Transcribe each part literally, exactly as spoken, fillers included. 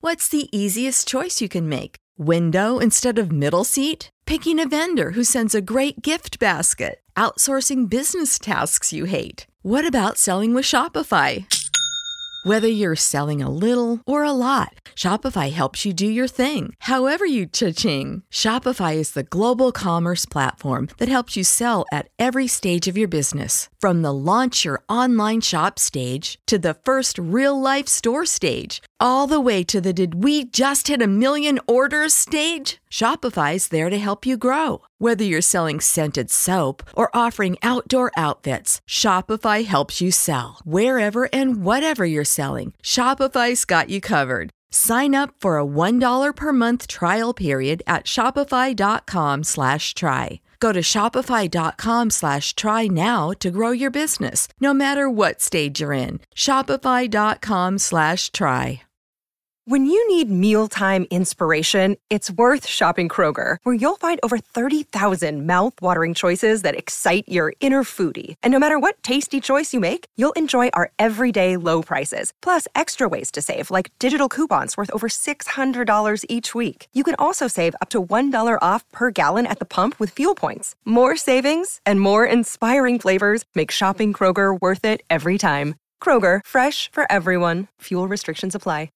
What's the easiest choice you can make? Window instead of middle seat? Picking a vendor who sends a great gift basket? Outsourcing business tasks you hate? What about selling with Shopify? Whether you're selling a little or a lot, Shopify helps you do your thing, however you cha-ching. Shopify is the global commerce platform that helps you sell at every stage of your business. From the launch your online shop stage to the first real-life store stage, all the way to the did we just hit a million orders stage. Shopify's there to help you grow. Whether you're selling scented soap or offering outdoor outfits, Shopify helps you sell. Wherever and whatever you're selling, Shopify's got you covered. Sign up for a one dollar per month trial period at shopify.com slash try. Go to shopify.com slash try now to grow your business, no matter what stage you're in. Shopify.com slash try. When you need mealtime inspiration, it's worth shopping Kroger, where you'll find over thirty thousand mouth-watering choices that excite your inner foodie. And no matter what tasty choice you make, you'll enjoy our everyday low prices, plus extra ways to save, like digital coupons worth over six hundred dollars each week. You can also save up to one dollar off per gallon at the pump with fuel points. More savings and more inspiring flavors make shopping Kroger worth it every time. Kroger, fresh for everyone. Fuel restrictions apply.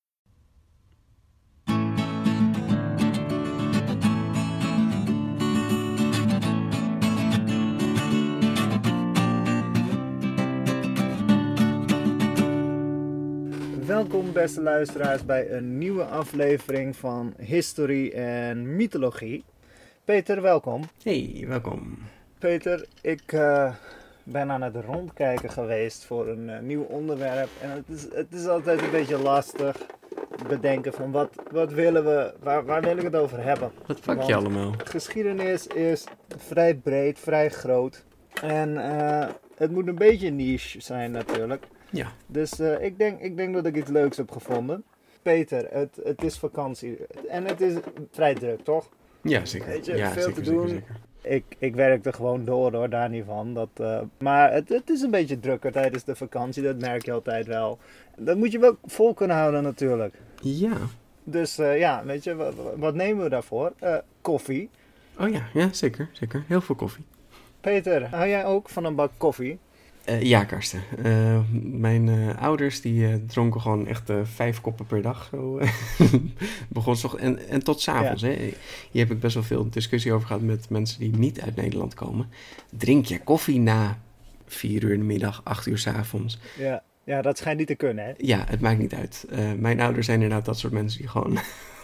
Welkom beste luisteraars bij een nieuwe aflevering van Historie en Mythologie. Peter, welkom. Hey, welkom. Peter, ik uh, ben aan het rondkijken geweest voor een uh, nieuw onderwerp. En het is, het is altijd een beetje lastig bedenken van wat, wat willen we, waar, waar wil ik het over hebben. Wat pak je allemaal? Geschiedenis is vrij breed, vrij groot. En uh, het moet een beetje niche zijn natuurlijk. Ja. Dus uh, ik, denk, ik denk dat ik iets leuks heb gevonden. Peter, het, het is vakantie en het is vrij druk, toch? Ja, zeker. Weet je, ja, veel zeker, te doen. Zeker, zeker. Ik, ik werkte gewoon door hoor, daar niet van. Dat, uh, maar het, het is een beetje drukker tijdens de vakantie, dat merk je altijd wel. Dat moet je wel vol kunnen houden natuurlijk. Ja. Dus uh, ja, weet je, wat, wat nemen we daarvoor? Uh, koffie. Oh ja, ja, zeker, zeker. Heel veel koffie. Peter, hou jij ook van een bak koffie? Uh, ja, Karsten. Uh, mijn uh, ouders die uh, dronken gewoon echt uh, vijf koppen per dag. Zo, uh, begon zo, en, en tot 's avonds. Ja. Hè. Hier heb ik best wel veel discussie over gehad met mensen die niet uit Nederland komen. Drink je koffie na vier uur in de middag, acht uur 's avonds? Ja. ja, dat schijnt niet te kunnen, hè? Ja, het maakt niet uit. Uh, mijn ouders zijn inderdaad dat soort mensen die gewoon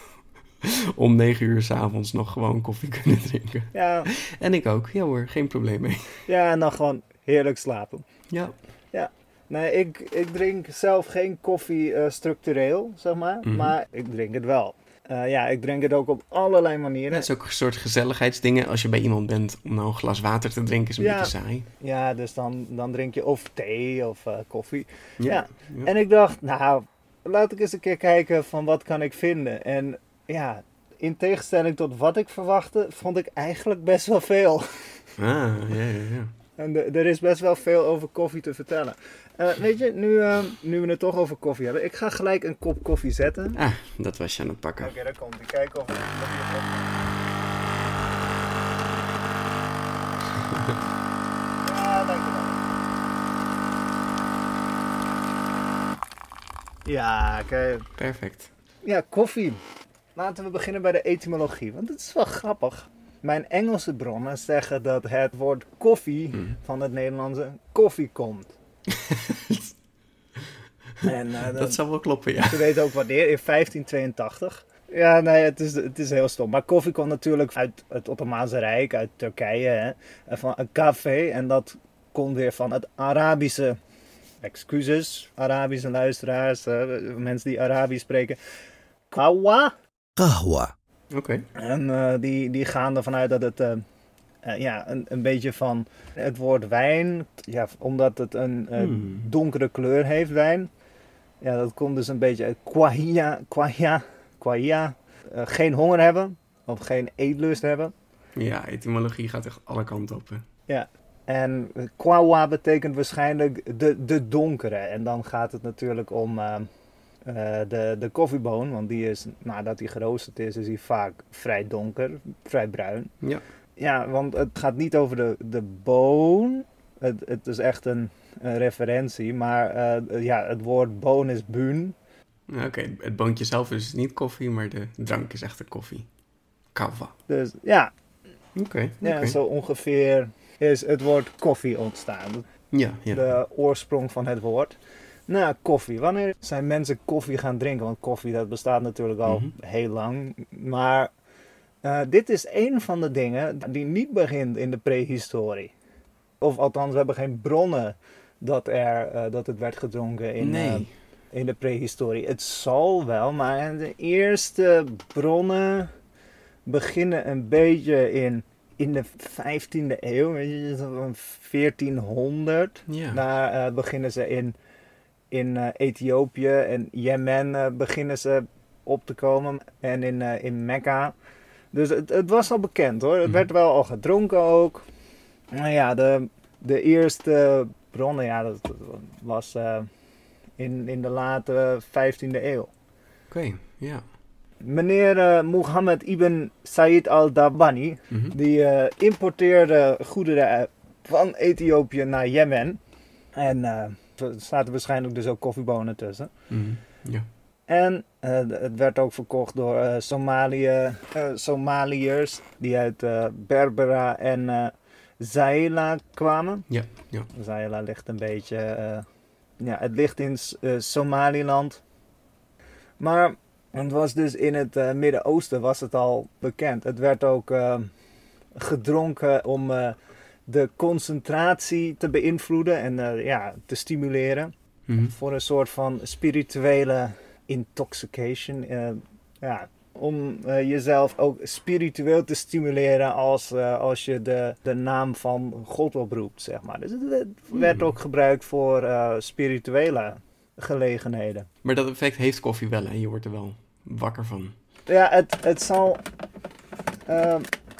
om negen uur 's avonds nog gewoon koffie kunnen drinken. Ja. En ik ook. Ja hoor, geen probleem mee. Ja, en dan gewoon heerlijk slapen. Ja. Ja. Nee, ik, ik drink zelf geen koffie uh, structureel, zeg maar. Mm-hmm. Maar ik drink het wel. Uh, ja, ik drink het ook op allerlei manieren. Ja, het is ook een soort gezelligheidsdingen. Als je bij iemand bent om nou een glas water te drinken, is een ja. beetje saai. Ja, dus dan, dan drink je of thee of uh, koffie. Ja. Ja. Ja. En ik dacht, nou, laat ik eens een keer kijken van wat kan ik vinden. En ja, in tegenstelling tot wat ik verwachtte, vond ik eigenlijk best wel veel. Ah, ja, ja, ja. En de, er is best wel veel over koffie te vertellen. Uh, weet je, nu, uh, nu we het toch over koffie hebben. Ik ga gelijk een kop koffie zetten. Ah, dat was je aan het pakken. Oké, okay, daar komt ie. Kijken of het koffie Ja, dankjewel. Ja, oké. Okay. Perfect. Ja, koffie. Laten we beginnen bij de etymologie, want het is wel grappig. Mijn Engelse bronnen zeggen dat het woord koffie hmm. van het Nederlandse koffie komt. en, uh, dat zou wel kloppen, ja. Ze weten ook wanneer, in vijftien tweeëntachtig. Ja, nee, het is, het is heel stom. Maar koffie komt natuurlijk uit het Ottomaanse Rijk, uit Turkije, hè, van een café. En dat komt weer van het Arabische, excuses, Arabische luisteraars, uh, mensen die Arabisch spreken. Kawa. Kahwa. Oké. Okay. En uh, die, die gaan ervan uit dat het uh, uh, ja, een, een beetje van het woord wijn, ja, omdat het een uh, hmm. donkere kleur heeft, wijn. Ja, dat komt dus een beetje uit kwahia, kwahia, kwahia. Uh, geen honger hebben of geen eetlust hebben. Ja, etymologie gaat echt alle kanten op. Hè? Ja, en kwawa betekent waarschijnlijk de, de donkere. En dan gaat het natuurlijk om uh, uh, de, de koffieboon, want die is, nadat die geroosterd is, is die vaak vrij donker, vrij bruin. Ja. Ja, want het gaat niet over de, de boon. Het, het is echt een, een referentie, maar uh, ja, het woord boon is buun. Oké, okay, het boontje zelf is niet koffie, maar de drank is echt de koffie. Kava. Dus ja, Oké. Okay, ja okay. zo ongeveer is het woord koffie ontstaan. Ja, ja. De oorsprong van het woord. Nou, koffie. Wanneer zijn mensen koffie gaan drinken? Want koffie, dat bestaat natuurlijk al mm-hmm. heel lang. Maar uh, dit is een van de dingen die niet begint in de prehistorie. Of althans, we hebben geen bronnen dat, er, uh, dat het werd gedronken in, nee. uh, in de prehistorie. Het zal wel, maar de eerste bronnen beginnen een beetje in... In de vijftiende eeuw, weet je, veertienhonderd, ja. daar uh, beginnen ze in, in uh, Ethiopië en Jemen uh, beginnen ze op te komen en in, uh, in Mekka. Dus het, het was al bekend hoor, het mm. werd wel al gedronken ook. Nou ja, de, de eerste bronnen, ja, dat, dat was uh, in, in de late vijftiende eeuw. Oké, okay, ja. Meneer uh, Mohammed ibn Said al-Dabani, mm-hmm. die uh, importeerde goederen van Ethiopië naar Jemen. En uh, er zaten waarschijnlijk dus ook koffiebonen tussen. Mm-hmm. Ja. En uh, het werd ook verkocht door uh, Somalië, uh, Somaliërs die uit uh, Berbera en uh, Zaila kwamen. Ja, ja. Zaila ligt een beetje... Uh, ja, het ligt in uh, Somaliland. Maar... Het was dus in het uh, Midden-Oosten was het al bekend. Het werd ook uh, gedronken om uh, de concentratie te beïnvloeden en uh, ja, te stimuleren. Mm-hmm. Voor een soort van spirituele intoxication. Uh, ja, om uh, jezelf ook spiritueel te stimuleren als, uh, als je de, de naam van God oproept, zeg maar. Dus het, het werd ook gebruikt voor uh, spirituele gelegenheden. Maar dat effect heeft koffie wel, hè? Je wordt er wel wakker van. Ja, het, het zal... Uh...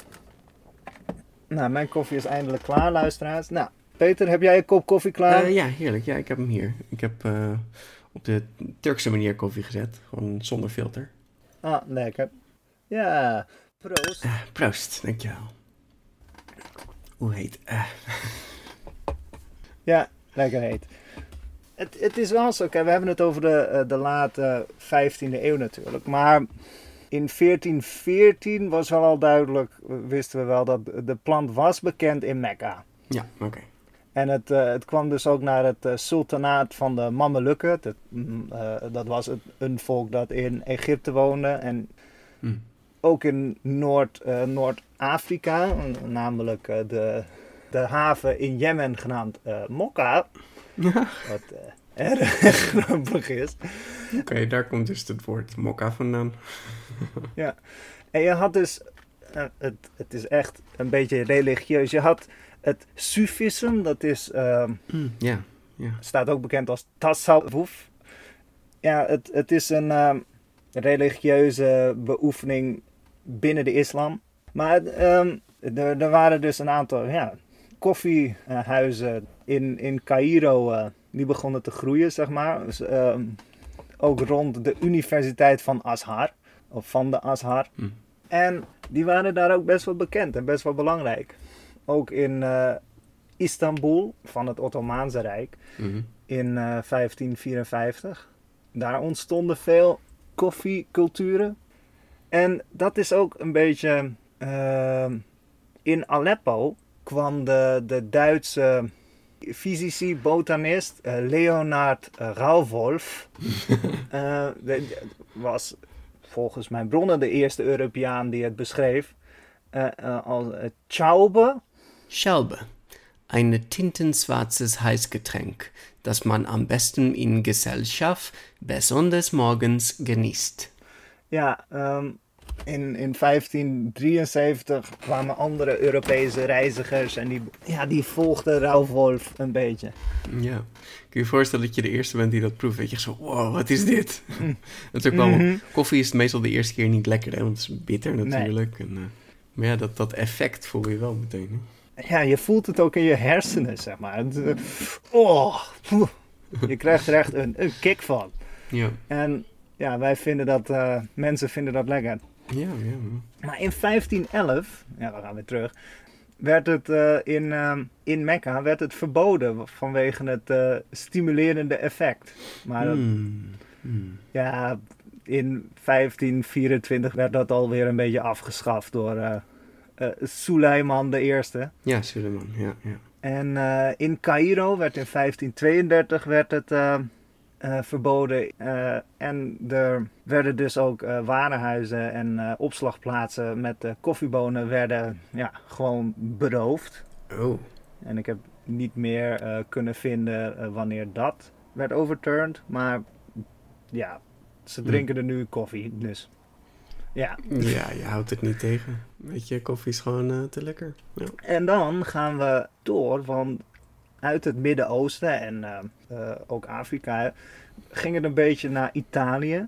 Nou, mijn koffie is eindelijk klaar, luisteraars. Nou, Peter, heb jij een kop koffie klaar? Uh, ja, heerlijk. Ja, ik heb hem hier. Ik heb uh, op de Turkse manier koffie gezet. Gewoon zonder filter. Ah, lekker. Ja, proost. Uh, proost, dankjewel. Hoe heet? Uh. Ja, lekker heet. Het, het is wel zo, kijk, we hebben het over de, de late vijftiende eeuw natuurlijk, maar in veertien veertien was wel al duidelijk, wisten we wel, dat de plant was bekend in Mekka. Ja, oké. Okay. En het, uh, het kwam dus ook naar het uh, sultanaat van de Mamelukken. Dat, uh, dat was het, een volk dat in Egypte woonde en mm. ook in Noord, uh, Noord-Afrika, namelijk uh, de, de haven in Jemen genaamd uh, Mokka. Ja. Wat uh, erg grappig is. Oké, okay, daar komt dus het woord mokka vandaan. Ja, en je had dus, uh, het, het is echt een beetje religieus. Je had het Sufisme, dat is, uh, mm, yeah, yeah. staat ook bekend als tasawwuf. Ja, het, het is een uh, religieuze beoefening binnen de islam. Maar um, er, er waren dus een aantal, ja... koffiehuizen in, in Caïro, uh, die begonnen te groeien, zeg maar. Dus, uh, ook rond de Universiteit van Azhar, of van de Azhar. Mm. En die waren daar ook best wel bekend en best wel belangrijk. Ook in uh, Istanbul, van het Ottomaanse Rijk, mm-hmm. in uh, vijftien vierenvijftig. Daar ontstonden veel koffieculturen. En dat is ook een beetje... Uh, in Aleppo kwam de, de Duitse fysici, botanist uh, Leonhard uh, Rauwolf. uh, de, was volgens mijn bronnen de eerste Europeaan die het beschreef. Uh, uh, als uh, Schaube. Schaube. Ein tintenschwarzes Heißgetränk, das man am besten in Gesellschaft, besonders morgens, genießt. Ja, um, in, in vijftien drieënzeventig kwamen andere Europese reizigers en die, ja, die volgden Rauwolf een beetje. Ja, kun je je voorstellen dat je de eerste bent die dat proeft? Weet je, zo, wow, wat is dit? Mm. Dat is ook wel, mm-hmm. Koffie is meestal de eerste keer niet lekker, hè? Want het is bitter natuurlijk. Nee. En, uh, maar ja, dat, dat effect voel je wel meteen, hè? Ja, je voelt het ook in je hersenen, zeg maar. Oh, je krijgt er echt een, een kick van. Ja. En ja, wij vinden dat, uh, mensen vinden dat lekker. Ja, ja. Maar in vijftien elf, ja, we gaan weer terug, werd het uh, in, uh, in Mekka werd het verboden vanwege het uh, stimulerende effect. Maar dat, Mm. Mm. ja, in vijftien vierentwintig werd dat alweer een beetje afgeschaft door uh, uh, Suleiman de Eerste. Ja, Suleiman, ja, ja. En uh, in Caïro werd in vijftien tweeëndertig werd het uh, uh, verboden. Uh, en er werden dus ook uh, warenhuizen en uh, opslagplaatsen met uh, koffiebonen werden ja, gewoon beroofd. Oh. En ik heb niet meer uh, kunnen vinden uh, wanneer dat werd overturned. Maar ja, ze drinken er nu koffie, dus ja. Ja, je houdt het niet tegen. Weet je, koffie is gewoon uh, te lekker. Ja. En dan gaan we door, want uit het Midden-Oosten en uh, uh, ook Afrika ging het een beetje naar Italië.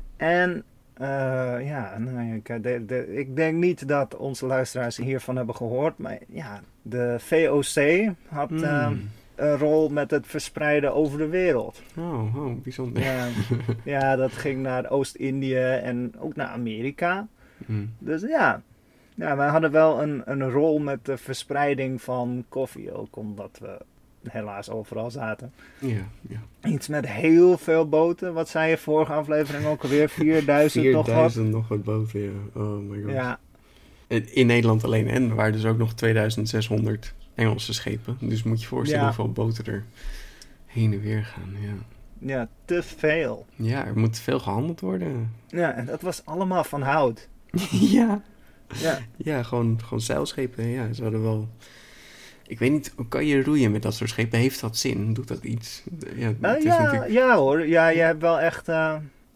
En uh, ja, nou, ik, de, de, ik denk niet dat onze luisteraars hiervan hebben gehoord, maar ja, de V O C had Mm. uh, een rol met het verspreiden over de wereld. Oh, oh, bijzonder. Ja, ja, dat ging naar Oost-Indië en ook naar Amerika. Mm. Dus ja, ja, wij hadden wel een, een rol met de verspreiding van koffie, ook omdat we helaas overal zaten. Ja, ja. Iets met heel veel boten. Wat zei je vorige aflevering ook alweer? vierduizend nog wat? vierduizend nog wat boten, ja. Oh my god. Ja, In in Nederland alleen. En er waren dus ook nog tweeduizend zeshonderd Engelse schepen. Dus moet je je voorstellen Ja. hoeveel boten er heen en weer gaan. Ja. ja, te veel. Ja, er moet veel gehandeld worden. Ja, en dat was allemaal van hout. Ja. Ja, Ja, gewoon, gewoon zeilschepen. Ja, ze hadden wel... Ik weet niet, kan je roeien met dat soort schepen? Heeft dat zin? Doet dat iets? Ja, Uh, het is ja, natuurlijk... ja hoor. Ja, je hebt wel echt... Uh,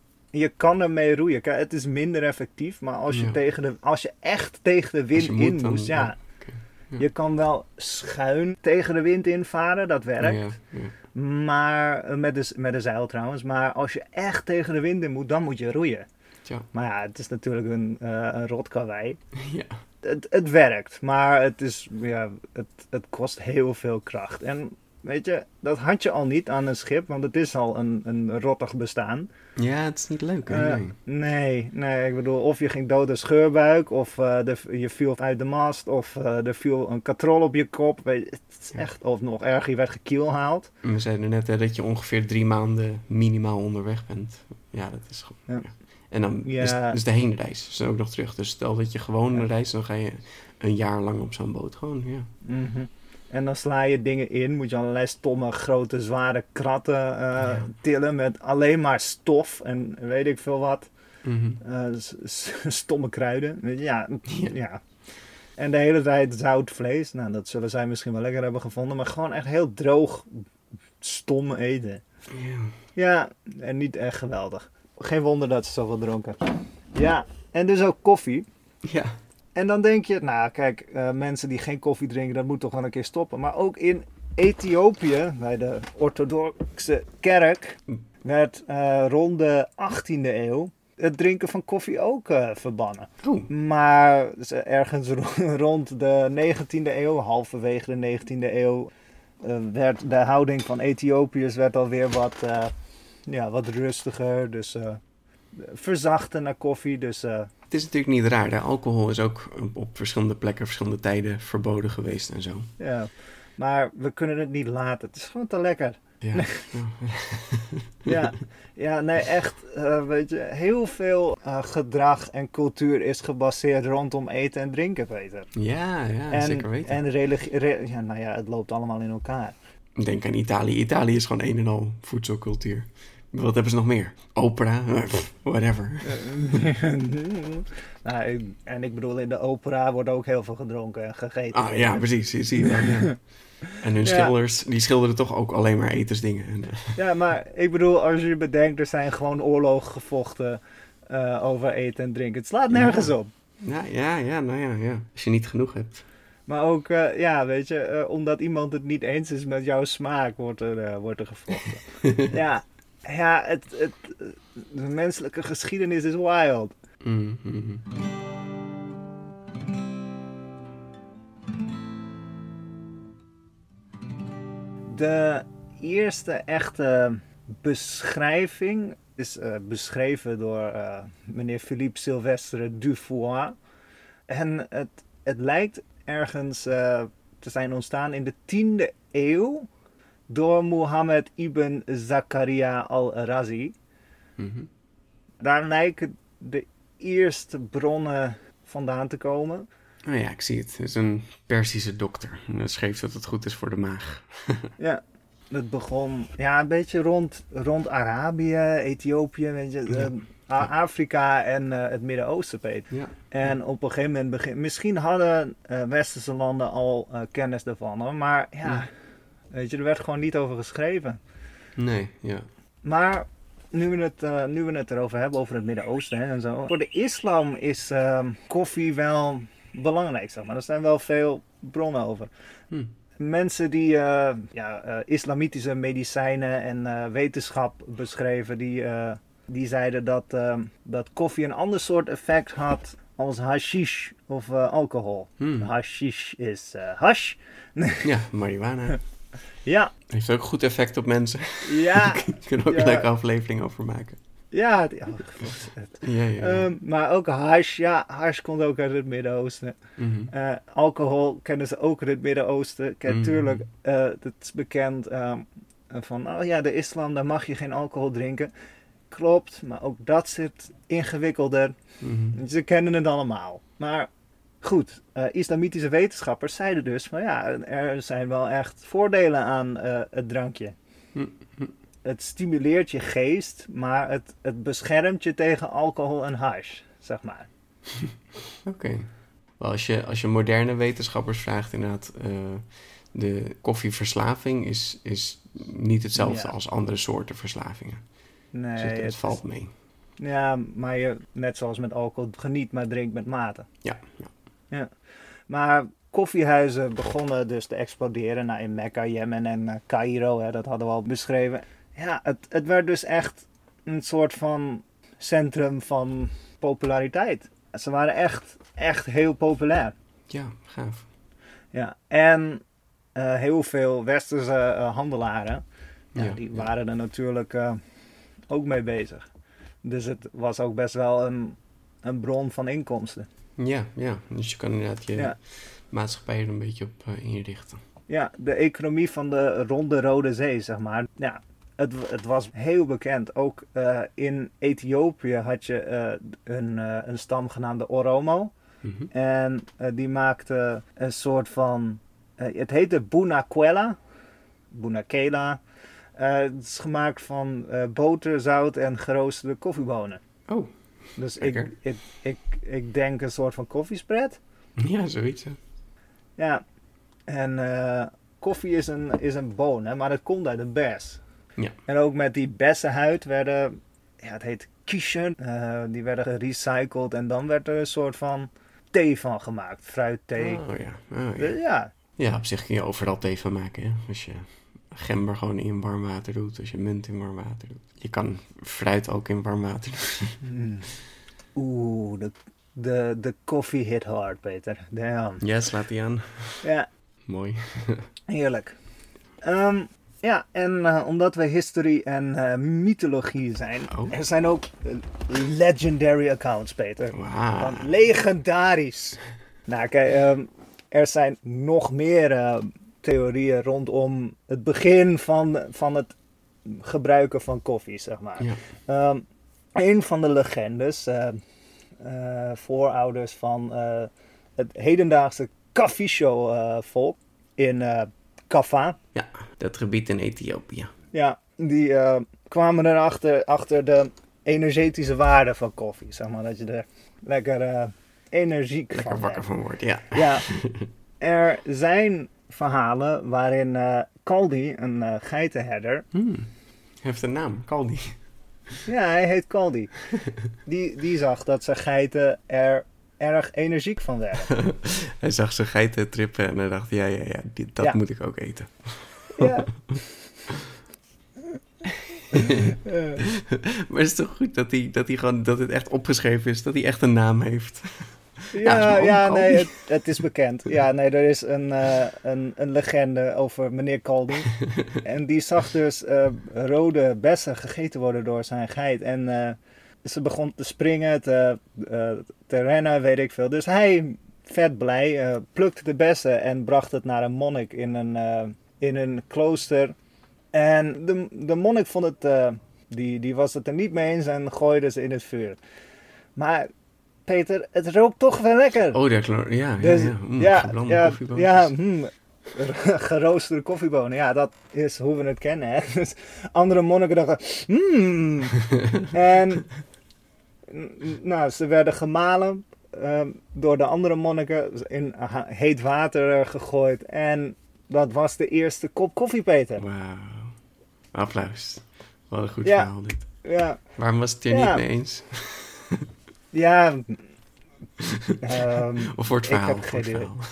je kan ermee roeien. Kijk, het is minder effectief, maar als je, Ja. tegen de, als je echt tegen de wind je moet, in dan- moest, ja. ja, oké. Ja. Je kan wel schuin tegen de wind invaren, dat werkt. Ja, ja. Maar, uh, met de, met de zeil trouwens. Maar als je echt tegen de wind in moet, dan moet je roeien. Tja. Maar ja, het is natuurlijk een, uh, een rotkarwei. Ja. Het, het werkt, maar het, is, ja, het, het kost heel veel kracht. En weet je, dat had je al niet aan een schip, want het is al een, een rottig bestaan. Ja, het is niet leuk, hè? Uh, Nee. nee, nee, ik bedoel, of je ging dood een scheurbuik, of uh, de, je viel uit de mast, of uh, er viel een katrol op je kop. Weet je, het is echt, of nog erger, je werd gekielhaald. We zeiden net hè, dat je ongeveer drie maanden minimaal onderweg bent. Ja, dat is gewoon... Ja. Ja. En dan Ja. is, is de heenreis is ook nog terug. Dus stel dat je gewoon ja. reist, dan ga je een jaar lang op zo'n boot. Gewoon, ja. Mm-hmm. En dan sla je dingen in, moet je allerlei stomme, grote, zware kratten uh, ja. tillen met alleen maar stof en weet ik veel wat. Mm-hmm. Uh, s- s- stomme kruiden. Ja, Ja. ja. En de hele tijd zout vlees. Nou, dat zullen zij misschien wel lekker hebben gevonden. Maar gewoon echt heel droog, stom eten. Ja. Ja, en niet echt geweldig. Geen wonder dat ze zoveel dronken. Ja, en dus ook koffie. Ja. En dan denk je, nou kijk, uh, mensen die geen koffie drinken, dat moet toch wel een keer stoppen. Maar ook in Ethiopië, bij de orthodoxe kerk, werd uh, rond de achttiende eeuw het drinken van koffie ook uh, verbannen. Oeh. Maar ergens ro- rond de negentiende eeuw, halverwege de negentiende eeuw, uh, werd de houding van Ethiopiërs werd alweer wat, uh, ja, wat rustiger. Dus uh, verzachten naar koffie. Dus, uh, Het is natuurlijk niet raar. Hè? Alcohol is ook op, op verschillende plekken, verschillende tijden verboden geweest en zo. ja. Maar we kunnen het niet laten. Het is gewoon te lekker. Ja. Nee. Ja, ja, nee, echt, uh, weet je, heel veel uh, gedrag en cultuur is gebaseerd rondom eten en drinken, Peter. Ja, ja, en, zeker weten. En religie, re, ja, nou ja, het loopt allemaal in elkaar. Denk aan Italië. Italië is gewoon een en al voedselcultuur. Wat hebben ze nog meer? Opera? Whatever. Nou, en ik bedoel, in de opera wordt ook heel veel gedronken en gegeten. Ah ja, precies. Zie je wel, ja. En hun schilders, die schilderen toch ook alleen maar etensdingen. En, ja, maar ik bedoel, als je bedenkt, er zijn gewoon oorlogen gevochten uh, over eten en drinken. Het slaat nergens ja. op. Ja, ja, ja, nou ja, ja. Als je niet genoeg hebt. Maar ook, uh, ja, weet je, uh, omdat iemand het niet eens is met jouw smaak, wordt er, uh, wordt er gevochten. ja, ja het, het, de menselijke geschiedenis is wild. Mm-hmm. De eerste echte beschrijving is uh, beschreven door uh, meneer Philippe Sylvestre Dufour. En het, het lijkt ergens uh, te zijn ontstaan in de tiende eeuw door Mohammed ibn Zakaria al-Razi. Mm-hmm. Daar lijken de eerste bronnen vandaan te komen. Oh ja, ik zie het. Het is een Perzische dokter. En dat schreef dat het goed is voor de maag. Ja, het begon ja, een beetje rond, rond Arabië, Ethiopië, weet je, Ja. uh, Afrika en uh, het Midden-Oosten, Peter. Ja. En op een gegeven moment, begin, misschien hadden uh, westerse landen al uh, kennis daarvan, hoor, maar ja, Ja. weet je, er werd gewoon niet over geschreven. Nee, ja. Maar nu we het, uh, nu we het erover hebben, over het Midden-Oosten hè, en zo. Voor de islam is uh, koffie wel belangrijk, zeg maar. Er zijn wel veel bronnen over. Hm. Mensen die uh, ja, uh, islamitische medicijnen en uh, wetenschap beschreven, die, uh, die zeiden dat, uh, dat koffie een ander soort effect had als hashish of uh, alcohol. Hm. Hashish is uh, hash. Ja, marihuana. Ja, Heeft ook goed effect op mensen. ja, Daar kunnen we ook Ja. een leuke aflevering over maken. ja. die- oh, het. Ja, ja, ja. Um, maar ook hash, ja, hash komt ook uit het Midden-Oosten. Mhm. Uh, alcohol kennen ze ook in het Midden-Oosten. Kijk, Mhm. tuurlijk, uh, het is bekend um, van, oh ja, de islam, daar mag je geen alcohol drinken. Klopt, maar ook dat zit ingewikkelder. Mhm. Ze kennen het allemaal. Maar goed, uh, islamitische wetenschappers zeiden dus van ja, er zijn wel echt voordelen aan uh, het drankje. Mhm. Het stimuleert je geest, maar het, het beschermt je tegen alcohol en hash, zeg maar. Oké. Wel, als je, als je moderne wetenschappers vraagt, inderdaad, uh, de koffieverslaving is, is niet hetzelfde Ja. als andere soorten verslavingen. Nee, Dus het, het het valt is- mee. Ja, maar je, net zoals met alcohol, geniet maar drink met mate. Ja, ja. Maar koffiehuizen begonnen dus te exploderen. Nou, in Mekka, Jemen en uh, Cairo, hè, dat hadden we al beschreven. Ja, het, het werd dus echt een soort van centrum van populariteit. Ze waren echt, echt heel populair. Ja, gaaf. Ja, en uh, heel veel westerse uh, handelaren, ja, Ja, die ja. waren er natuurlijk uh, ook mee bezig. Dus het was ook best wel een, een bron van inkomsten. Ja, ja. Dus je kan inderdaad je Ja. maatschappij er een beetje op uh, inrichten. Ja, de economie van de ronde Rode Zee, zeg maar. Ja, het, het was heel bekend. Ook uh, in Ethiopië had je uh, een, uh, een stam genaamd de Oromo. Mhm. En uh, die maakte een soort van... Uh, het heette Bunaquela. Bunakela. Uh, het is gemaakt van uh, boter, zout en geroosterde koffiebonen. Oh, Dus ik, lekker. ik, ik, ik denk een soort van koffiespread. Ja, zoiets. Hè. Ja, en uh, koffie is een, is een boon, hè, maar het komt uit een bes. Ja. En ook met die bessenhuid werden, ja, het heet quiche, uh, die werden gerecycled en dan werd er een soort van thee van gemaakt, fruitthee. Oh ja. Oh, ja. Dus ja, Ja, op zich kun je overal thee van maken. Hè? Als je gember gewoon in warm water doet, als je munt in warm water doet. Je kan fruit ook in warm water doen. mm. Oeh, de, de, de koffie hit hard, Peter. Damn. Ja, slaat die aan. Ja, Mooi. heerlijk. Um, ja, en uh, omdat we history en uh, mythologie zijn, Oh. er zijn ook uh, legendary accounts, Peter. Wauw. Van legendarisch. Nou, kijk, um, er zijn nog meer uh, theorieën rondom het begin van, van het gebruiken van koffie, zeg maar. Ja. Um, een van de legendes, uh, uh, voorouders van uh, het hedendaagse Kafisho-volk in uh, Kaffa. Ja, dat gebied in Ethiopië. Ja, die uh, kwamen erachter achter de energetische waarde van koffie. Zeg maar, dat je er lekker uh, energiek Lekker van wakker werd. van wordt, ja. Ja, er zijn verhalen waarin uh, Kaldi, een uh, geitenherder... Hmm. Hij heeft een naam, Kaldi. Ja, hij heet Kaldi. Die, die zag dat zijn geiten er erg energiek van werden. Hij zag zijn geiten trippen en hij dacht, ja, ja, ja, die, dat Ja. moet ik ook eten. Ja. Uh, Maar het is toch goed dat hij, dat hij gewoon, dat het echt opgeschreven is, dat hij echt een naam heeft. Ja, is ja, mijn oom nee, Caldi. het, het is bekend. Ja, nee, er is een, uh, een, een legende over meneer Caldi. En die zag dus uh, rode bessen gegeten worden door zijn geit. En uh, ze begon te springen, te, uh, te rennen, weet ik veel. Dus hij, vet blij, uh, plukte de bessen en bracht het naar een monnik in een, uh, in een klooster. En de, de monnik vond het, uh, die, die was het er niet mee eens en gooide ze in het vuur. Maar Peter, het rookt toch wel lekker. Oh, dat klopt. Ja, Dus, ja, ja. Mm, ja, gebrande ja, koffieboontjes. ja mm, geroosterde koffiebonen. Ja, dat is hoe we het kennen. Hè? Dus andere monniken dachten, mmm. En nou, ze werden gemalen uh, door de andere monniken in heet water gegooid. En dat was de eerste kop koffie, Peter. Wauw. Applaus. Wat een goed Ja. verhaal dit. Ja, Waarom was het er Ja. niet mee eens? ja. Um, Of voor het ik verhaal? heb Voor het geen idee. verhaal.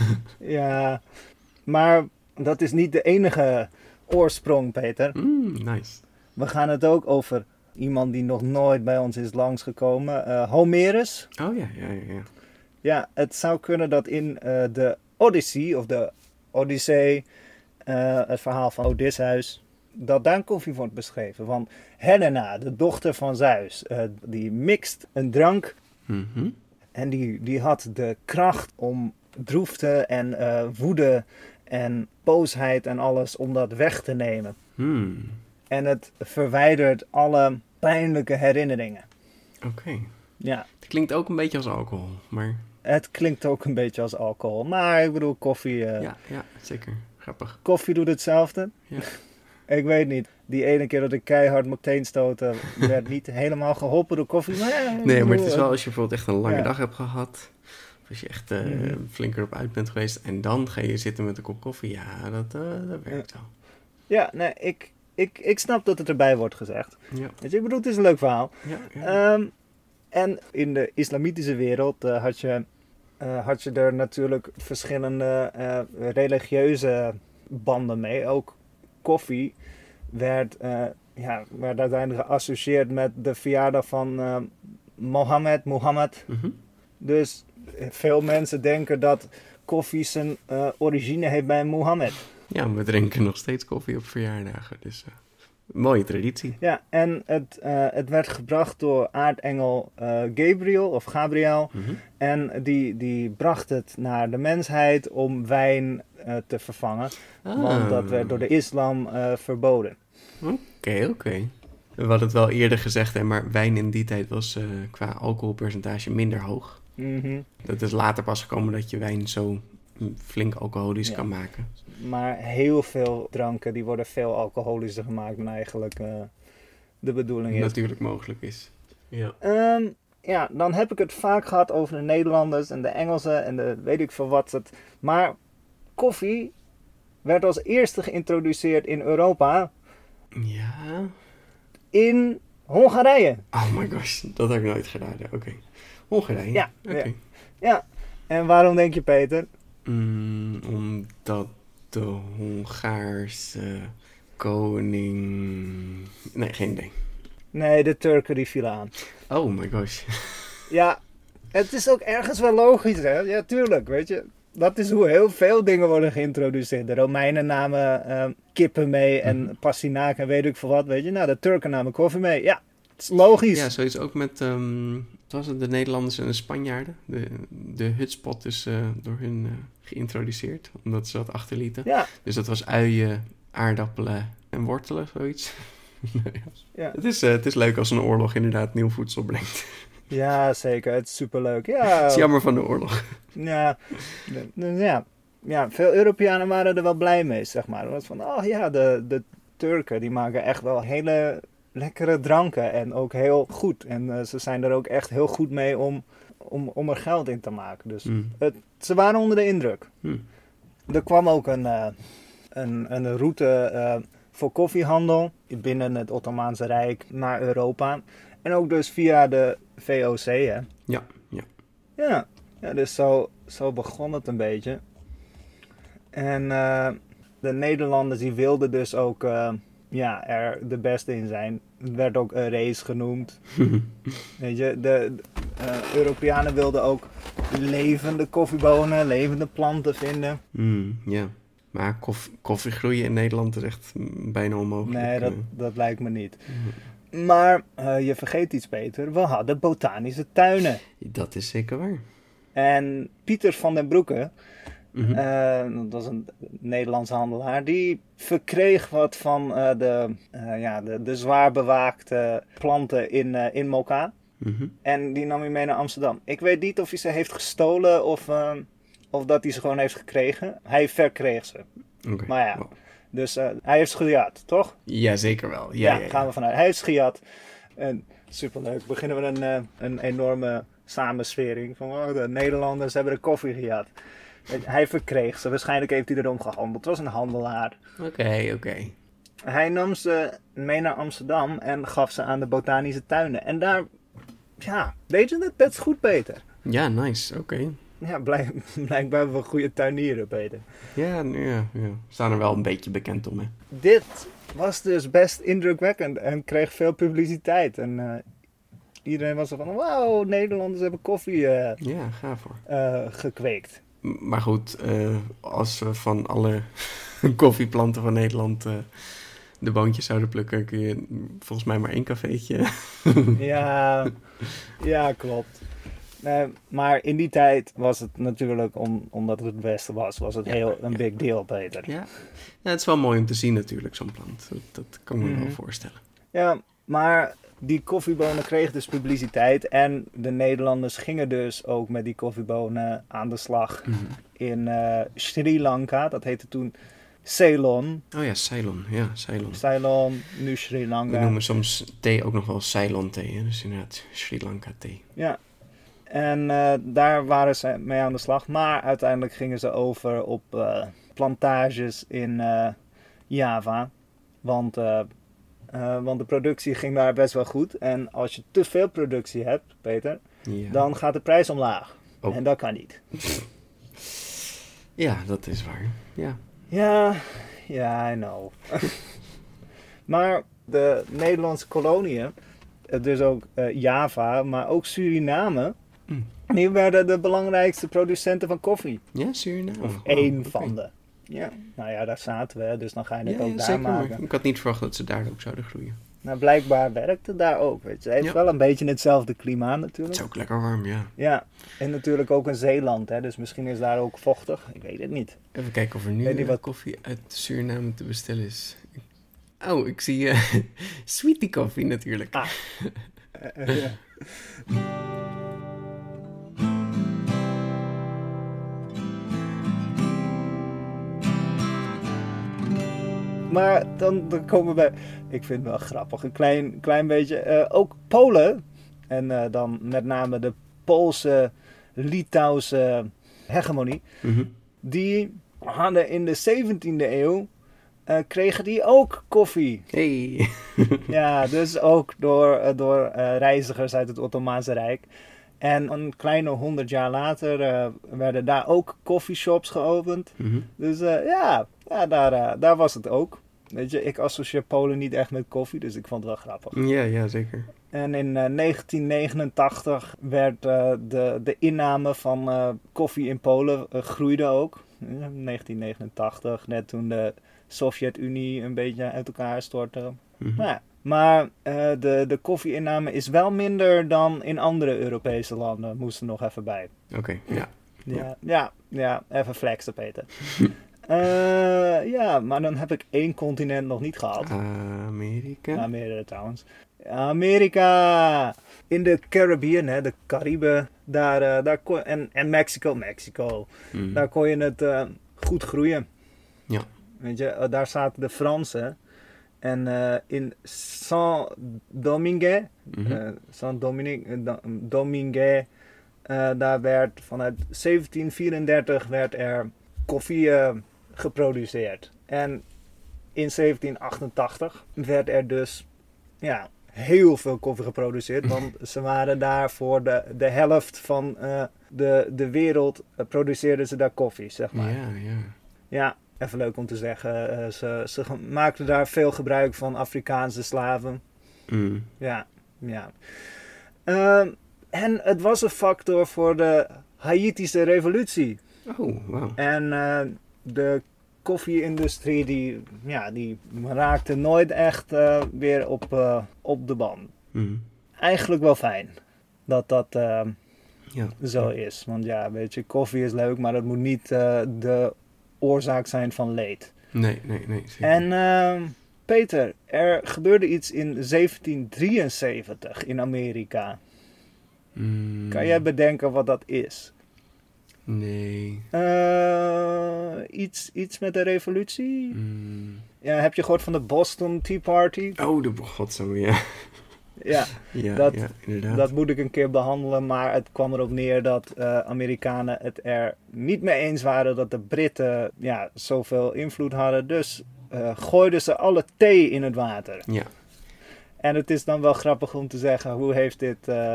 Ja, maar dat is niet de enige oorsprong, Peter. Mm, nice. We gaan het ook over iemand die nog nooit bij ons is langsgekomen. Uh, Homerus. Oh ja, ja, ja. ja. Ja, het zou kunnen dat in uh, de Odyssee, of de Odyssee, uh, het verhaal van Odysseus, dat daar koffie wordt beschreven. Want Helena, de dochter van Zeus, uh, die mixt een drank. Mhm. En die, die had de kracht om droefte en uh, woede en boosheid en alles om dat weg te nemen. Hmm. En het verwijdert alle pijnlijke herinneringen. Oké. Ja, Het klinkt ook een beetje als alcohol, maar het klinkt ook een beetje als alcohol. Maar ik bedoel, koffie, uh, ja, ja, zeker. Grappig. koffie doet hetzelfde. Ja. Ik weet niet. Die ene keer dat ik keihard meteen stoten, werd niet helemaal geholpen door koffie. Maar, ja, ik Nee, maar bedoel, het is wel als je bijvoorbeeld echt een lange ja. dag hebt gehad. Of als je echt uh, Mhm. flink erop uit bent geweest. En dan ga je zitten met een kop koffie. Ja, dat, uh, dat werkt wel. Ja, nee, ik, ik, ik snap dat het erbij wordt gezegd. Ja, Weet je, ik bedoel, het is een leuk verhaal. ja, ja. Um, en in de islamitische wereld uh, had, je, uh, had je er natuurlijk verschillende uh, religieuze banden mee. Ook koffie werd, uh, ja, werd uiteindelijk geassocieerd met de verjaardag van uh, Mohammed. Mohammed. Mhm. Dus uh, veel mensen denken dat koffie zijn uh, origine heeft bij Mohammed. Ja, we drinken nog steeds koffie op verjaardagen. Dus uh, mooie traditie. Ja, en het, uh, het werd gebracht door aardengel uh, Gabriel of Gabriel. Mhm. En die, die bracht het naar de mensheid om wijn uh, te vervangen. Ah. Want dat werd door de islam uh, verboden. Oké, okay, oké. Okay. We hadden het wel eerder gezegd, hè, maar wijn in die tijd was uh, qua alcoholpercentage minder hoog. Mm-hmm. Dat is later pas gekomen dat je wijn zo flink alcoholisch Ja. kan maken. Maar heel veel dranken die worden veel alcoholischer gemaakt dan eigenlijk uh, de bedoeling is. Natuurlijk mogelijk is. Ja. Um, ja, dan heb ik het vaak gehad over de Nederlanders en de Engelsen en de weet ik veel wat. Het. Maar koffie werd als eerste geïntroduceerd in Europa Ja. in Hongarije. Oh my gosh, dat heb ik nooit gedaan. Oké. Okay. Hongarije? Ja, Oké. Okay. ja. Ja, en waarom denk je, Peter? Mm, omdat de Hongaarse koning... Nee, geen idee. Nee, de Turken die vielen aan. Oh my gosh. Ja, het is ook ergens wel logisch, hè? Ja, tuurlijk, weet je. Dat is hoe heel veel dingen worden geïntroduceerd. De Romeinen namen uh, kippen mee en mm-hmm. pastinaak en weet ik veel wat, weet je. Nou, de Turken namen koffie mee. Ja, het is logisch. Ja, zoiets ook met... Um, wat was het? De Nederlanders en de Spanjaarden. De, de hutspot is uh, door hun uh, geïntroduceerd, omdat ze dat achterlieten. Ja. Dus dat was uien, aardappelen en wortelen, zoiets. Ja. Het is, uh, het is leuk als een oorlog inderdaad nieuw voedsel brengt. Ja, zeker. Het is superleuk. Ja. Het is jammer van de oorlog. Ja, dus ja. Ja, veel Europeanen waren er wel blij mee, zeg maar. Het was van, oh ja, de, de Turken die maken echt wel hele lekkere dranken en ook heel goed. En uh, ze zijn er ook echt heel goed mee om, om, om er geld in te maken. Dus mm. het, ze waren onder de indruk. Mm. Er kwam ook een, uh, een, een route uh, voor koffiehandel binnen het Ottomaanse Rijk naar Europa. En ook dus via de V O C, hè? Ja, ja. Ja, ja dus zo, zo begon het een beetje. En uh, de Nederlanders die wilden dus ook uh, ja, er de beste in zijn. Het werd ook een race genoemd. Weet je, de, uh, Europeanen wilden ook levende koffiebonen, levende planten vinden. Mm, ja, maar koffie, koffie groeien in Nederland is echt bijna onmogelijk. Nee, dat, dat lijkt me niet. Mm. Maar uh, je vergeet iets, Peter. We hadden botanische tuinen. Dat is zeker waar. En Pieter van den Broeke, Mm-hmm. uh, dat is een Nederlandse handelaar, die verkreeg wat van uh, de, uh, ja, de, de zwaar bewaakte planten in, uh, in Mocha. Mm-hmm. En die nam hij mee naar Amsterdam. Ik weet niet of hij ze heeft gestolen of, uh, of dat hij ze gewoon heeft gekregen. Hij verkreeg ze. Okay. Maar ja, wow. dus uh, hij heeft ze gejat, toch? Ja, zeker wel. Ja, ja, ja, ja. gaan we vanuit. Hij heeft ze gejat. En superleuk. Beginnen we een, uh, een enorme samenswering. Van oh, de Nederlanders hebben de koffie gejat. Hij verkreeg ze. Waarschijnlijk heeft hij erom gehandeld. Het was een handelaar. Oké, okay, oké. Okay. Hij nam ze mee naar Amsterdam en gaf ze aan de botanische tuinen. En daar, ja, deed ze het best goed, Peter. Ja, nice. Oké. Okay. Ja, blijk, blijkbaar hebben we goede tuinieren, Peter. Ja, ja, ja. Staan er wel een beetje bekend om, hè. Dit was dus best indrukwekkend en kreeg veel publiciteit. En uh, iedereen was er van, wauw, Nederlanders hebben koffie uh, ja, gaaf hoor. Uh, gekweekt. Maar goed, uh, als we van alle koffieplanten van Nederland uh, de boontjes zouden plukken, kun je volgens mij maar één cafeetje. ja, ja, klopt. Uh, maar in die tijd was het natuurlijk, om, omdat het het beste was, was het ja, heel een ja. big deal, Peter. Ja. ja, het is wel mooi om te zien natuurlijk, zo'n plant. Dat, dat kan ik me mm. wel voorstellen. Ja, maar die koffiebonen kregen dus publiciteit en de Nederlanders gingen dus ook met die koffiebonen aan de slag mm. in uh, Sri Lanka. Dat heette toen Ceylon. Oh ja, Ceylon. Ja, Ceylon. Ceylon, nu Sri Lanka. We noemen soms thee ook nog wel Ceylon thee, hè? Dus inderdaad Sri Lanka thee. Ja, en uh, daar waren ze mee aan de slag. Maar uiteindelijk gingen ze over op uh, plantages in uh, Java. Want... Uh, Uh, want de productie ging daar best wel goed. En als je te veel productie hebt, Peter, ja. dan gaat de prijs omlaag. Oh. En dat kan niet. Ja, dat is waar. Ja, ja, ja I know. Maar de Nederlandse koloniën, dus ook uh, Java, maar ook Suriname, mm. die werden de belangrijkste producenten van koffie. Ja, Suriname. Of één oh, van okay. de. Ja, nou ja, daar zaten we, dus dan ga je het ja, ook ja, daar zeker, maken. Ik had niet verwacht dat ze daar ook zouden groeien. Nou, blijkbaar werkt het daar ook, weet je. Het heeft ja. wel een beetje hetzelfde klimaat natuurlijk. Het is ook lekker warm, ja. Ja, en natuurlijk ook een zeeland, hè, dus misschien is daar ook vochtig. Ik weet het niet. Even kijken of er nu wat... koffie uit Suriname te bestellen is. Oh, ik zie uh, sweetie koffie natuurlijk. Ah. uh, uh, ja. Maar dan, dan komen we bij, ik vind het wel grappig, een klein, klein beetje, uh, ook Polen. En uh, dan met name de Poolse, Litouwse hegemonie. Mm-hmm. Die hadden in de zeventiende eeuw, uh, kregen die ook koffie. Hey. Ja, dus ook door, uh, door uh, reizigers uit het Ottomaanse Rijk. En een kleine honderd jaar later uh, werden daar ook coffeeshops geopend. Mm-hmm. Dus uh, ja, ja daar, uh, daar was het ook. Weet je, ik associeer Polen niet echt met koffie, dus ik vond het wel grappig. Ja, ja, zeker. En in uh, negentien negenentachtig werd uh, de, de inname van uh, koffie in Polen uh, groeide ook. Uh, negentien negenentachtig, net toen de Sovjet-Unie een beetje uit elkaar stortte. Mm-hmm. Nou ja. Maar uh, de, de koffieinname is wel minder dan in andere Europese landen. Moesten nog even bij. Oké, okay, ja. Ja, ja, ja, even flexen, Peter. uh, ja, maar dan heb ik één continent nog niet gehad. Amerika? Ja, meerdere trouwens. Amerika! In de Caribbean, hè, de Cariben, daar, uh, daar kon, en, en Mexico, Mexico. Mm. Daar kon je het uh, goed groeien. Ja. Weet je, uh, daar zaten de Fransen. En uh, in Saint-Domingue, mm-hmm. uh, Saint-Domingue, uh, daar werd vanuit zeventien vierendertig werd er koffie uh, geproduceerd. En in zeventien achtentachtig werd er dus ja, heel veel koffie geproduceerd. Want ze waren daar voor de, de helft van uh, de, de wereld, uh, produceerden ze daar koffie, zeg maar. Ja, ja. Ja. Even leuk om te zeggen, uh, ze, ze maakten daar veel gebruik van Afrikaanse slaven. Mm. Ja, ja. Uh, En het was een factor voor de Haitische revolutie. Oh, wow. En uh, de koffie-industrie die, ja, die raakte nooit echt uh, weer op, uh, op de band. Mm. Eigenlijk wel fijn dat dat uh, ja. zo is. Want ja, weet je, koffie is leuk, maar dat moet niet uh, de oorzaak zijn van leed. Nee, nee, nee. Zeker. En uh, Peter, er gebeurde iets in zeventien drieënzeventig in Amerika. Mm. Kan jij bedenken wat dat is? Nee. Uh, iets, iets met de revolutie? Mm. Ja, heb je gehoord van de Boston Tea Party? Oh, de godzo, ja. Ja, ja, dat, ja, inderdaad. dat moet ik een keer behandelen, maar het kwam erop neer dat uh, Amerikanen het er niet mee eens waren dat de Britten ja, zoveel invloed hadden. Dus uh, gooiden ze alle thee in het water. Ja. En het is dan wel grappig om te zeggen, hoe heeft dit... Uh,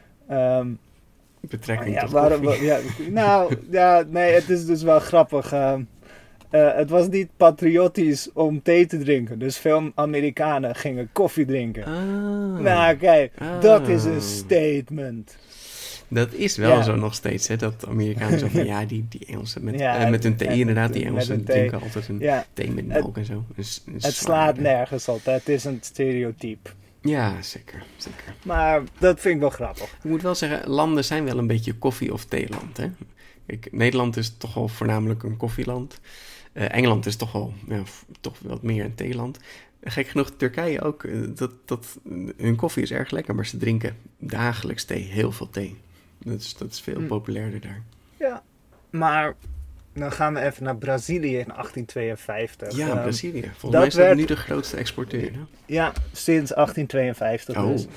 um, Betrekking ja, tot waarom, koffie. ja, nou, ja, nee, het is dus wel grappig. Uh, uh, het was niet patriotisch om thee te drinken. Dus veel Amerikanen gingen koffie drinken. Ah. Nou, kijk, Ah. dat is een statement. Dat is wel Ja. zo nog steeds, hè? Dat Amerikanen zo van, ja, die, die Engelsen met, Ja, uh, met hun thee, en- inderdaad. Die met Engelsen hun thee. drinken altijd een Ja, thee met Het- melk en zo. Dus, dus het zwaar, slaat hè? nergens op. Het is een stereotype. Ja, zeker, zeker. Maar dat vind ik wel grappig. Ik moet wel zeggen, landen zijn wel een beetje koffie- of theeland, hè? Kijk, Nederland is toch wel voornamelijk een koffieland. Uh, Engeland is toch wel, ja, f- toch wat meer een theeland. Gek genoeg, Turkije ook. uh, Dat, dat, hun koffie is erg lekker, maar ze drinken dagelijks thee. Heel veel thee. Dat is, dat is veel Hm. populairder daar. Ja, maar dan gaan we even naar Brazilië in achttien tweeënvijftig. Ja, Ehm, Brazilië. Volgens dat mij is dat werd- nu de grootste exporteur. Hè? Ja, sinds achttien tweeënvijftig Oh, dus.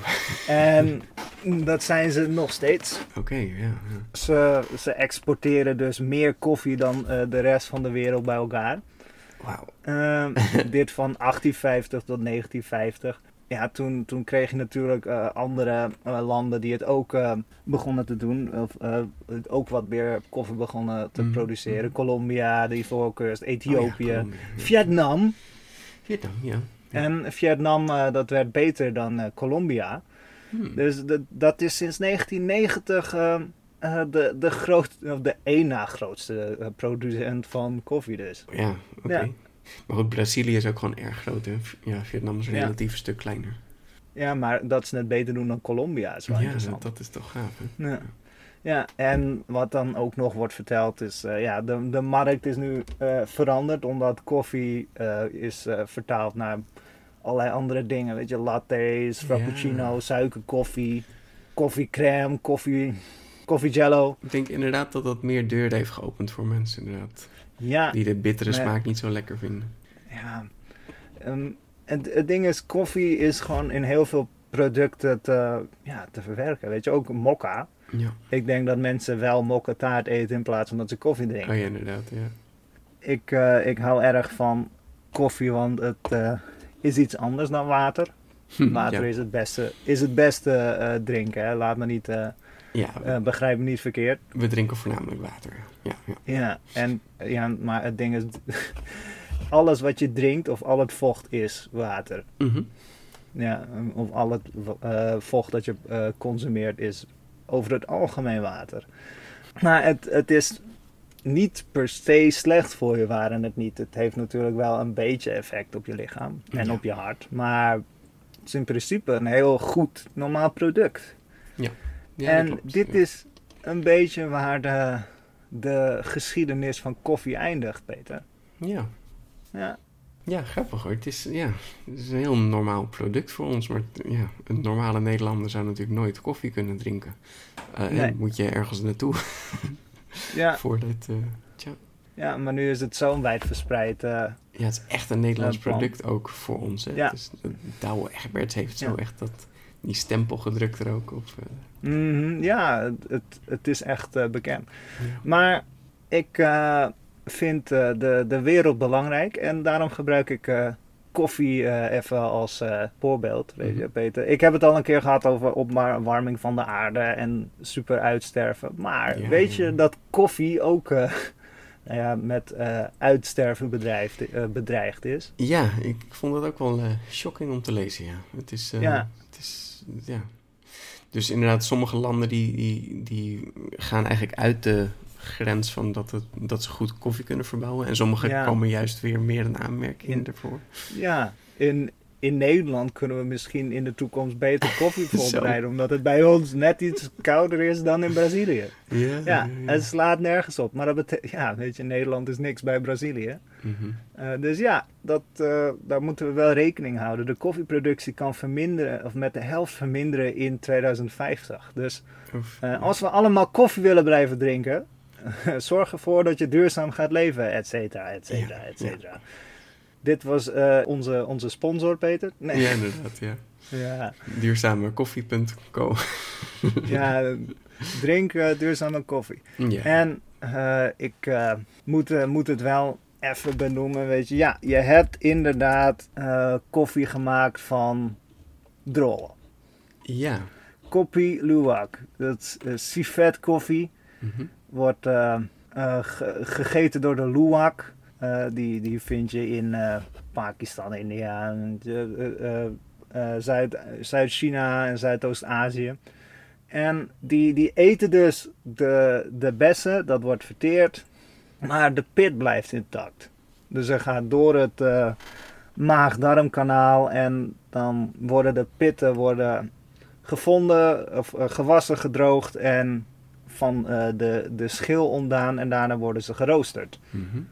En dat zijn ze nog steeds. oké, ja, ja. Ze, ze exporteren dus meer koffie dan uh, de rest van de wereld bij elkaar. Wauw. Uh, dit van achttienvijftig tot negentienvijftig. Ja, toen, toen kreeg je natuurlijk uh, andere uh, landen die het ook uh, begonnen te doen. Of uh, ook wat meer koffie begonnen te Mm. produceren. Mm. Colombia, de Ivoorkust, Oh ja, Ethiopië, Colombia, ja. Vietnam. Vietnam, ja. ja. En Vietnam, uh, dat werd beter dan uh, Colombia. Hmm. Dus de, dat is sinds negentien negentig uh, uh, de, de, groot, of de één na grootste uh, producent van koffie dus. Ja, oké. Ja. Maar goed, Brazilië is ook gewoon erg groot, hè? Ja, Vietnam is Ja. relatief een stuk kleiner. Ja, maar dat ze het beter doen dan Colombia is wel Ja, interessant. dat, dat is toch gaaf, hè? Ja. Ja, en wat dan ook nog wordt verteld is, uh, ja, de, de markt is nu uh, veranderd omdat koffie uh, is uh, vertaald naar allerlei andere dingen. Weet je, lattes, frappuccino, Ja. suikerkoffie, koffiecrème, koffie, koffie jello. Ik denk inderdaad dat dat meer deuren heeft geopend voor mensen, inderdaad. Ja, Die de bittere Nee. smaak niet zo lekker vinden. ja. Um, het, het ding is, koffie is gewoon in heel veel producten te, ja, te verwerken. Weet je, ook mokka. Ja, Ik denk dat mensen wel mokka taart eten in plaats van dat ze koffie drinken. oh ja, inderdaad, ja. Ik, uh, ik hou erg van koffie, want het uh, is iets anders dan water. Water ja. is het beste, is het beste uh, drinken. Hè? Laat me niet, uh, Ja, uh, begrijp me niet verkeerd. we drinken voornamelijk water. Ja, ja. Ja, en, ja, maar het ding is, alles wat je drinkt of al het vocht is water. Mhm. Ja, of al het uh, vocht dat je uh, consumeert is over het algemeen water. Maar het, het is niet per se slecht voor je, waren het niet. Het heeft natuurlijk wel een beetje effect op je lichaam en Ja. op je hart. Maar het is in principe een heel goed, normaal product. Ja, en dat klopt, dit ja. is een beetje waar de, de geschiedenis van koffie eindigt, Peter. Ja. Ja, Ja, grappig hoor. Het is, ja, het is een heel normaal product voor ons. Maar ja, een normale Nederlander zou natuurlijk nooit koffie kunnen drinken. Uh, Nee. En moet je ergens naartoe ja, voordat... Uh, tja. ja, maar nu is het zo wijd verspreid. Uh, Ja, het is echt een Nederlands Uh, plan. product ook voor ons. Hè? Ja. Dus, uh, Douwe Egberts heeft zo Ja. echt dat, die stempel gedrukt er ook op. Uh, mhm, ja, het, het, het is echt uh, bekend. ja. Maar ik uh, vind uh, de, de wereld belangrijk en daarom gebruik ik uh, koffie uh, even als uh, voorbeeld, weet je, Mhm. Peter. Ik heb het al een keer gehad over opwarming van de aarde en super uitsterven. Maar Ja, weet ja. je dat koffie ook uh, nou ja, met uh, uitsterven bedreigd, uh, bedreigd is? Ja, ik vond dat ook wel uh, shocking om te lezen, ja. Het is... Uh, Ja. Het is ja. Dus inderdaad, sommige landen die, die, die gaan eigenlijk uit de grens van dat, het, dat ze goed koffie kunnen verbouwen. En sommige Ja. komen juist weer meer een aanmerking In- ervoor. Ja, in, in Nederland kunnen we misschien in de toekomst beter koffie voorbereiden. Omdat het bij ons net iets kouder is dan in Brazilië. Ja, Ja, het slaat nergens op. Maar dat betekent, ja, weet je, Nederland is niks bij Brazilië. Mhm. Uh, dus ja, dat, uh, daar moeten we wel rekening houden. De koffieproductie kan verminderen, of met de helft verminderen in tweeduizend vijftig. Dus Oef. uh, als we allemaal koffie willen blijven drinken, zorg ervoor dat je duurzaam gaat leven, et cetera, et cetera, Ja, et cetera. Dit was uh, onze, onze sponsor, Peter. Nee. Ja, inderdaad, ja. Ja, Duurzame koffie punt co. ja, drink uh, duurzame koffie. Ja. En uh, ik uh, moet, uh, moet het wel even benoemen, weet je. Ja, je hebt inderdaad uh, koffie gemaakt van drollen. ja. Kopi Luwak. Dat is uh, civet koffie. Mhm. Wordt uh, uh, ge- gegeten door de Luwak. Uh, die, die vind je in uh, Pakistan, India, en, uh, uh, uh, Zuid, Zuid-China en Zuidoost-Azië. En die, die eten dus de, de bessen, dat wordt verteerd, maar de pit blijft intact. Dus er gaat door het uh, maag-darmkanaal en dan worden de pitten worden gevonden, of uh, gewassen, gedroogd en van uh, de, de schil ontdaan en daarna worden ze geroosterd. Mhm.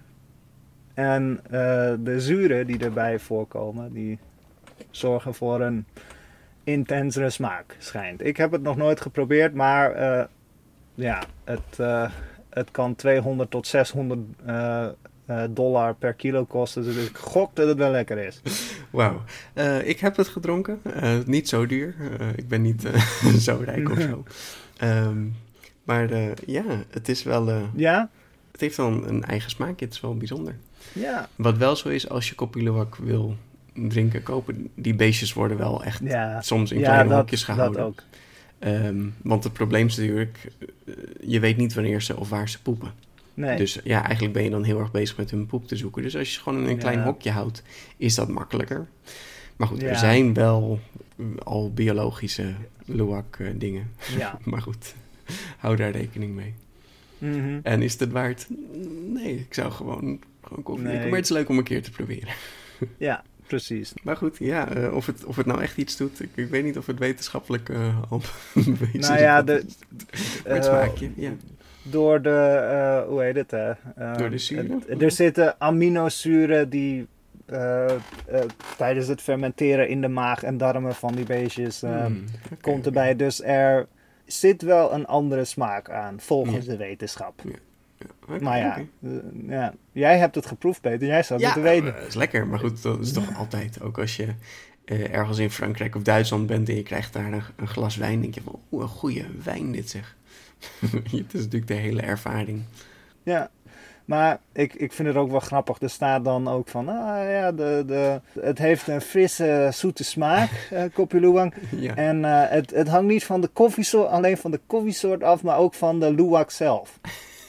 En uh, de zuren die erbij voorkomen, die zorgen voor een intensere smaak, schijnt. Ik heb het nog nooit geprobeerd, maar uh, ja, het, uh, het kan tweehonderd tot zeshonderd uh, uh, dollar per kilo kosten. Dus ik gok dat het wel lekker is. Wauw. Uh, ik heb het gedronken. Uh, niet zo duur. Uh, ik ben niet uh, zo rijk of zo. Um, maar uh, ja, het is wel... Uh, Ja? Het heeft wel een, een eigen smaakje. Het is wel bijzonder. Ja. Wat wel zo is, als je Kopi Luwak wil drinken, kopen, die beestjes worden wel echt Ja. soms in Ja, kleine dat, hokjes gehouden. dat ook. Um, want het probleem is natuurlijk, uh, je weet niet wanneer ze of waar ze poepen. Nee. Dus ja, eigenlijk ben je dan heel erg bezig met hun poep te zoeken. Dus als je ze gewoon in een klein Ja. hokje houdt, is dat makkelijker. Maar goed, Ja. er zijn wel al biologische Luwak uh, dingen. Ja. Maar goed, hou daar rekening mee. Mm-hmm. En is het waard? Nee, ik zou gewoon, gewoon koffie Nee. drinken. Maar het is leuk om een keer te proberen. Ja, precies. Maar goed, ja, uh, of, het, of het nou echt iets doet, ik, ik weet niet of het wetenschappelijk uh, al bewezen Nou ja, is. de, Maar het uh, smaakje, ja. door de, uh, hoe heet het? Uh, Door de zuren? Uh, er zitten aminozuren die uh, uh, tijdens het fermenteren in de maag en darmen van die beestjes uh, Hmm, okay, komt erbij. okay. Dus er zit wel een andere smaak aan, volgens Ja. de wetenschap. Ja. Ja, okay, Maar ja, okay. uh, ja, jij hebt het geproefd, Peter. Jij zou het Ja, moeten weten. dat is lekker. Maar goed, dat is toch altijd, ook als je uh, ergens in Frankrijk of Duitsland bent en je krijgt daar een, een glas wijn, denk je van, oeh, een goede wijn dit zeg. Het is natuurlijk de hele ervaring. Ja, maar ik, ik vind het ook wel grappig. Er staat dan ook van, ah ja, de, de, het heeft een frisse, zoete smaak, uh, Kopi Luwak. Ja. En uh, het, het hangt niet van de koffiesoort, alleen van de koffiesoort af, maar ook van de Luwak zelf.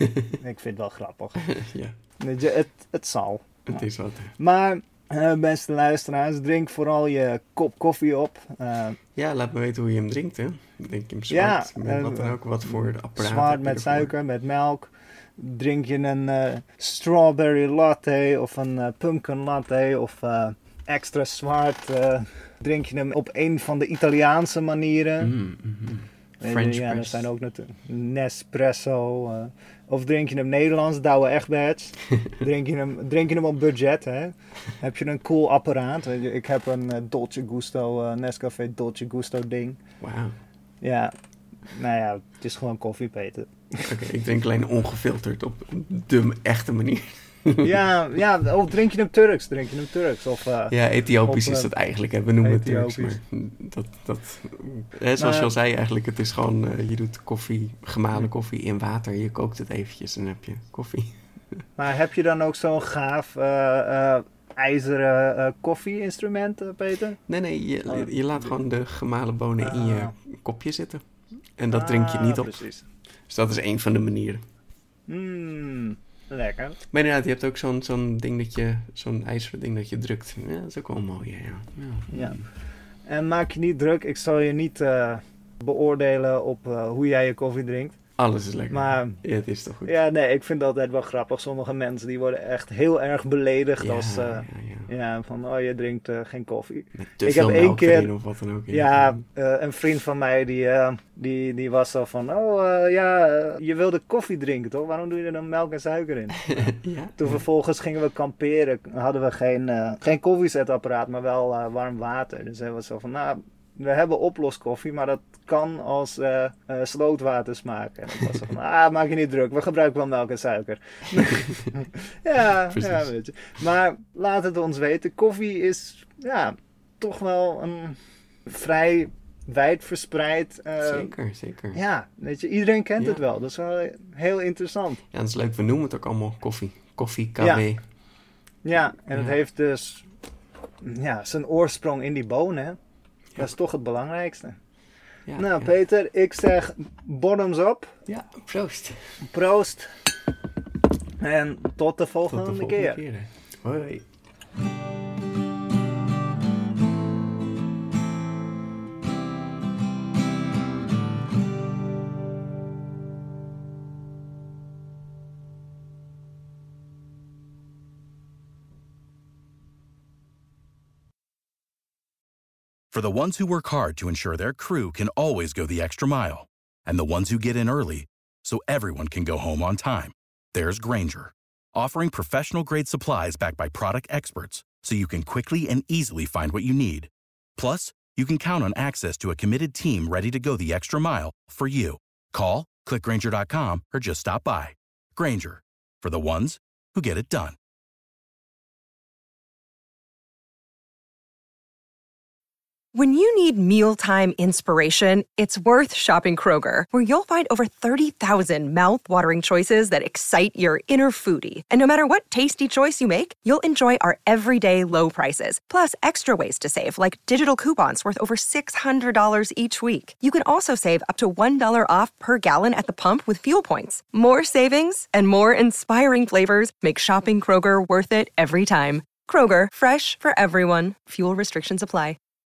Ik vind het wel grappig. Ja, Weet je, het, het zal. het is wat. Maar, uh, beste luisteraars, drink vooral je kop koffie op. Uh, Ja, laat me weten hoe je hem drinkt, hè. Denk je hem Ja, zwart, met uh, wat dan ook, wat voor apparaat heb zwart je met ervoor? suiker, met melk. Drink je een uh, strawberry latte of een uh, pumpkin latte of uh, extra zwart. Uh, drink je hem op een van de Italiaanse manieren. Mm, mm-hmm. Weet je, French ja, er press. zijn ook natuurlijk Nespresso. Uh, of drink je hem Nederlands, Douwe Egberts. drink, je hem, drink je hem op budget, hè. Heb je een cool apparaat. Weet je, ik heb een uh, Dolce Gusto, uh, Nescafé Dolce Gusto ding. Wauw. Ja, nou ja, het is gewoon koffie, Peter. Oké, okay, ik drink alleen ongefilterd op de echte manier. ja, ja, of drink je hem Turks, drink je hem Turks. Of, uh, Ja, Ethiopisch op, is uh, dat eigenlijk. Hè. We noemen het Turks, maar Ethiopisch. dat, dat, hè, zoals Maar- je al zei eigenlijk, het is gewoon, uh, je doet koffie, gemalen koffie in water, je kookt het eventjes en dan heb je koffie. Maar heb je dan ook zo'n gaaf uh, uh, ijzeren uh, koffie-instrument, uh, Peter? Nee, nee, je, Oh. je laat gewoon de gemalen bonen in je Ah. kopje zitten. En dat drink je niet op. Precies. Dus dat is een van de manieren. Mmm, lekker. Maar inderdaad, je hebt ook zo'n, zo'n ding dat je, zo'n ijzeren ding dat je drukt. Ja, dat is ook wel mooi, ja. ja. Ja. En maak je niet druk, ik zal je niet uh, beoordelen op uh, hoe jij je koffie drinkt. Alles is lekker. Maar ja, het is toch goed. Ja, nee, ik vind dat altijd wel grappig. Sommige mensen die worden echt heel erg beledigd ja, als uh, ja, ja. ja, van oh, je drinkt uh, geen koffie. Met te ik veel heb één keer erin of wat dan ook. Ja, ja uh, een vriend van mij die, uh, die, die was al van oh uh, ja, uh, je wilde koffie drinken toch? Waarom doe je er dan melk en suiker in? ja? Toen vervolgens gingen we kamperen. Hadden we geen, uh, geen koffiezetapparaat, maar wel uh, warm water. Dus hij was zo van nou, we hebben oploskoffie, maar dat kan als uh, uh, slootwater smaken. En ik was zo van, ah, maak je niet druk, we gebruiken wel melk en suiker. ja, ja, weet je. Maar laat het ons weten, koffie is ja, toch wel een vrij wijd verspreid. Uh, zeker, zeker. Ja, weet je, iedereen kent ja. het wel. Dat is wel heel interessant. Ja, dat is leuk. We noemen het ook allemaal koffie. Koffie, K W. Ja, ja en ja. het heeft dus ja, zijn oorsprong in die bonen, hè. Dat is toch het belangrijkste. Ja, nou, ja. Peter, ik zeg bottoms up. Ja, proost. Proost. En tot de volgende, tot de volgende keer. keer. Hoi. For the ones who work hard to ensure their crew can always go the extra mile, and the ones who get in early so everyone can go home on time, there's Grainger, offering professional-grade supplies backed by product experts so you can quickly and easily find what you need. Plus, you can count on access to a committed team ready to go the extra mile for you. Call, click Grainger dot com, or just stop by. Grainger, for the ones who get it done. When you need mealtime inspiration, it's worth shopping Kroger, where you'll find over thirty thousand mouth-watering choices that excite your inner foodie. And no matter what tasty choice you make, you'll enjoy our everyday low prices, plus extra ways to save, like digital coupons worth over six hundred dollars each week. You can also save up to one dollar off per gallon at the pump with fuel points. More savings and more inspiring flavors make shopping Kroger worth it every time. Kroger, fresh for everyone. Fuel restrictions apply.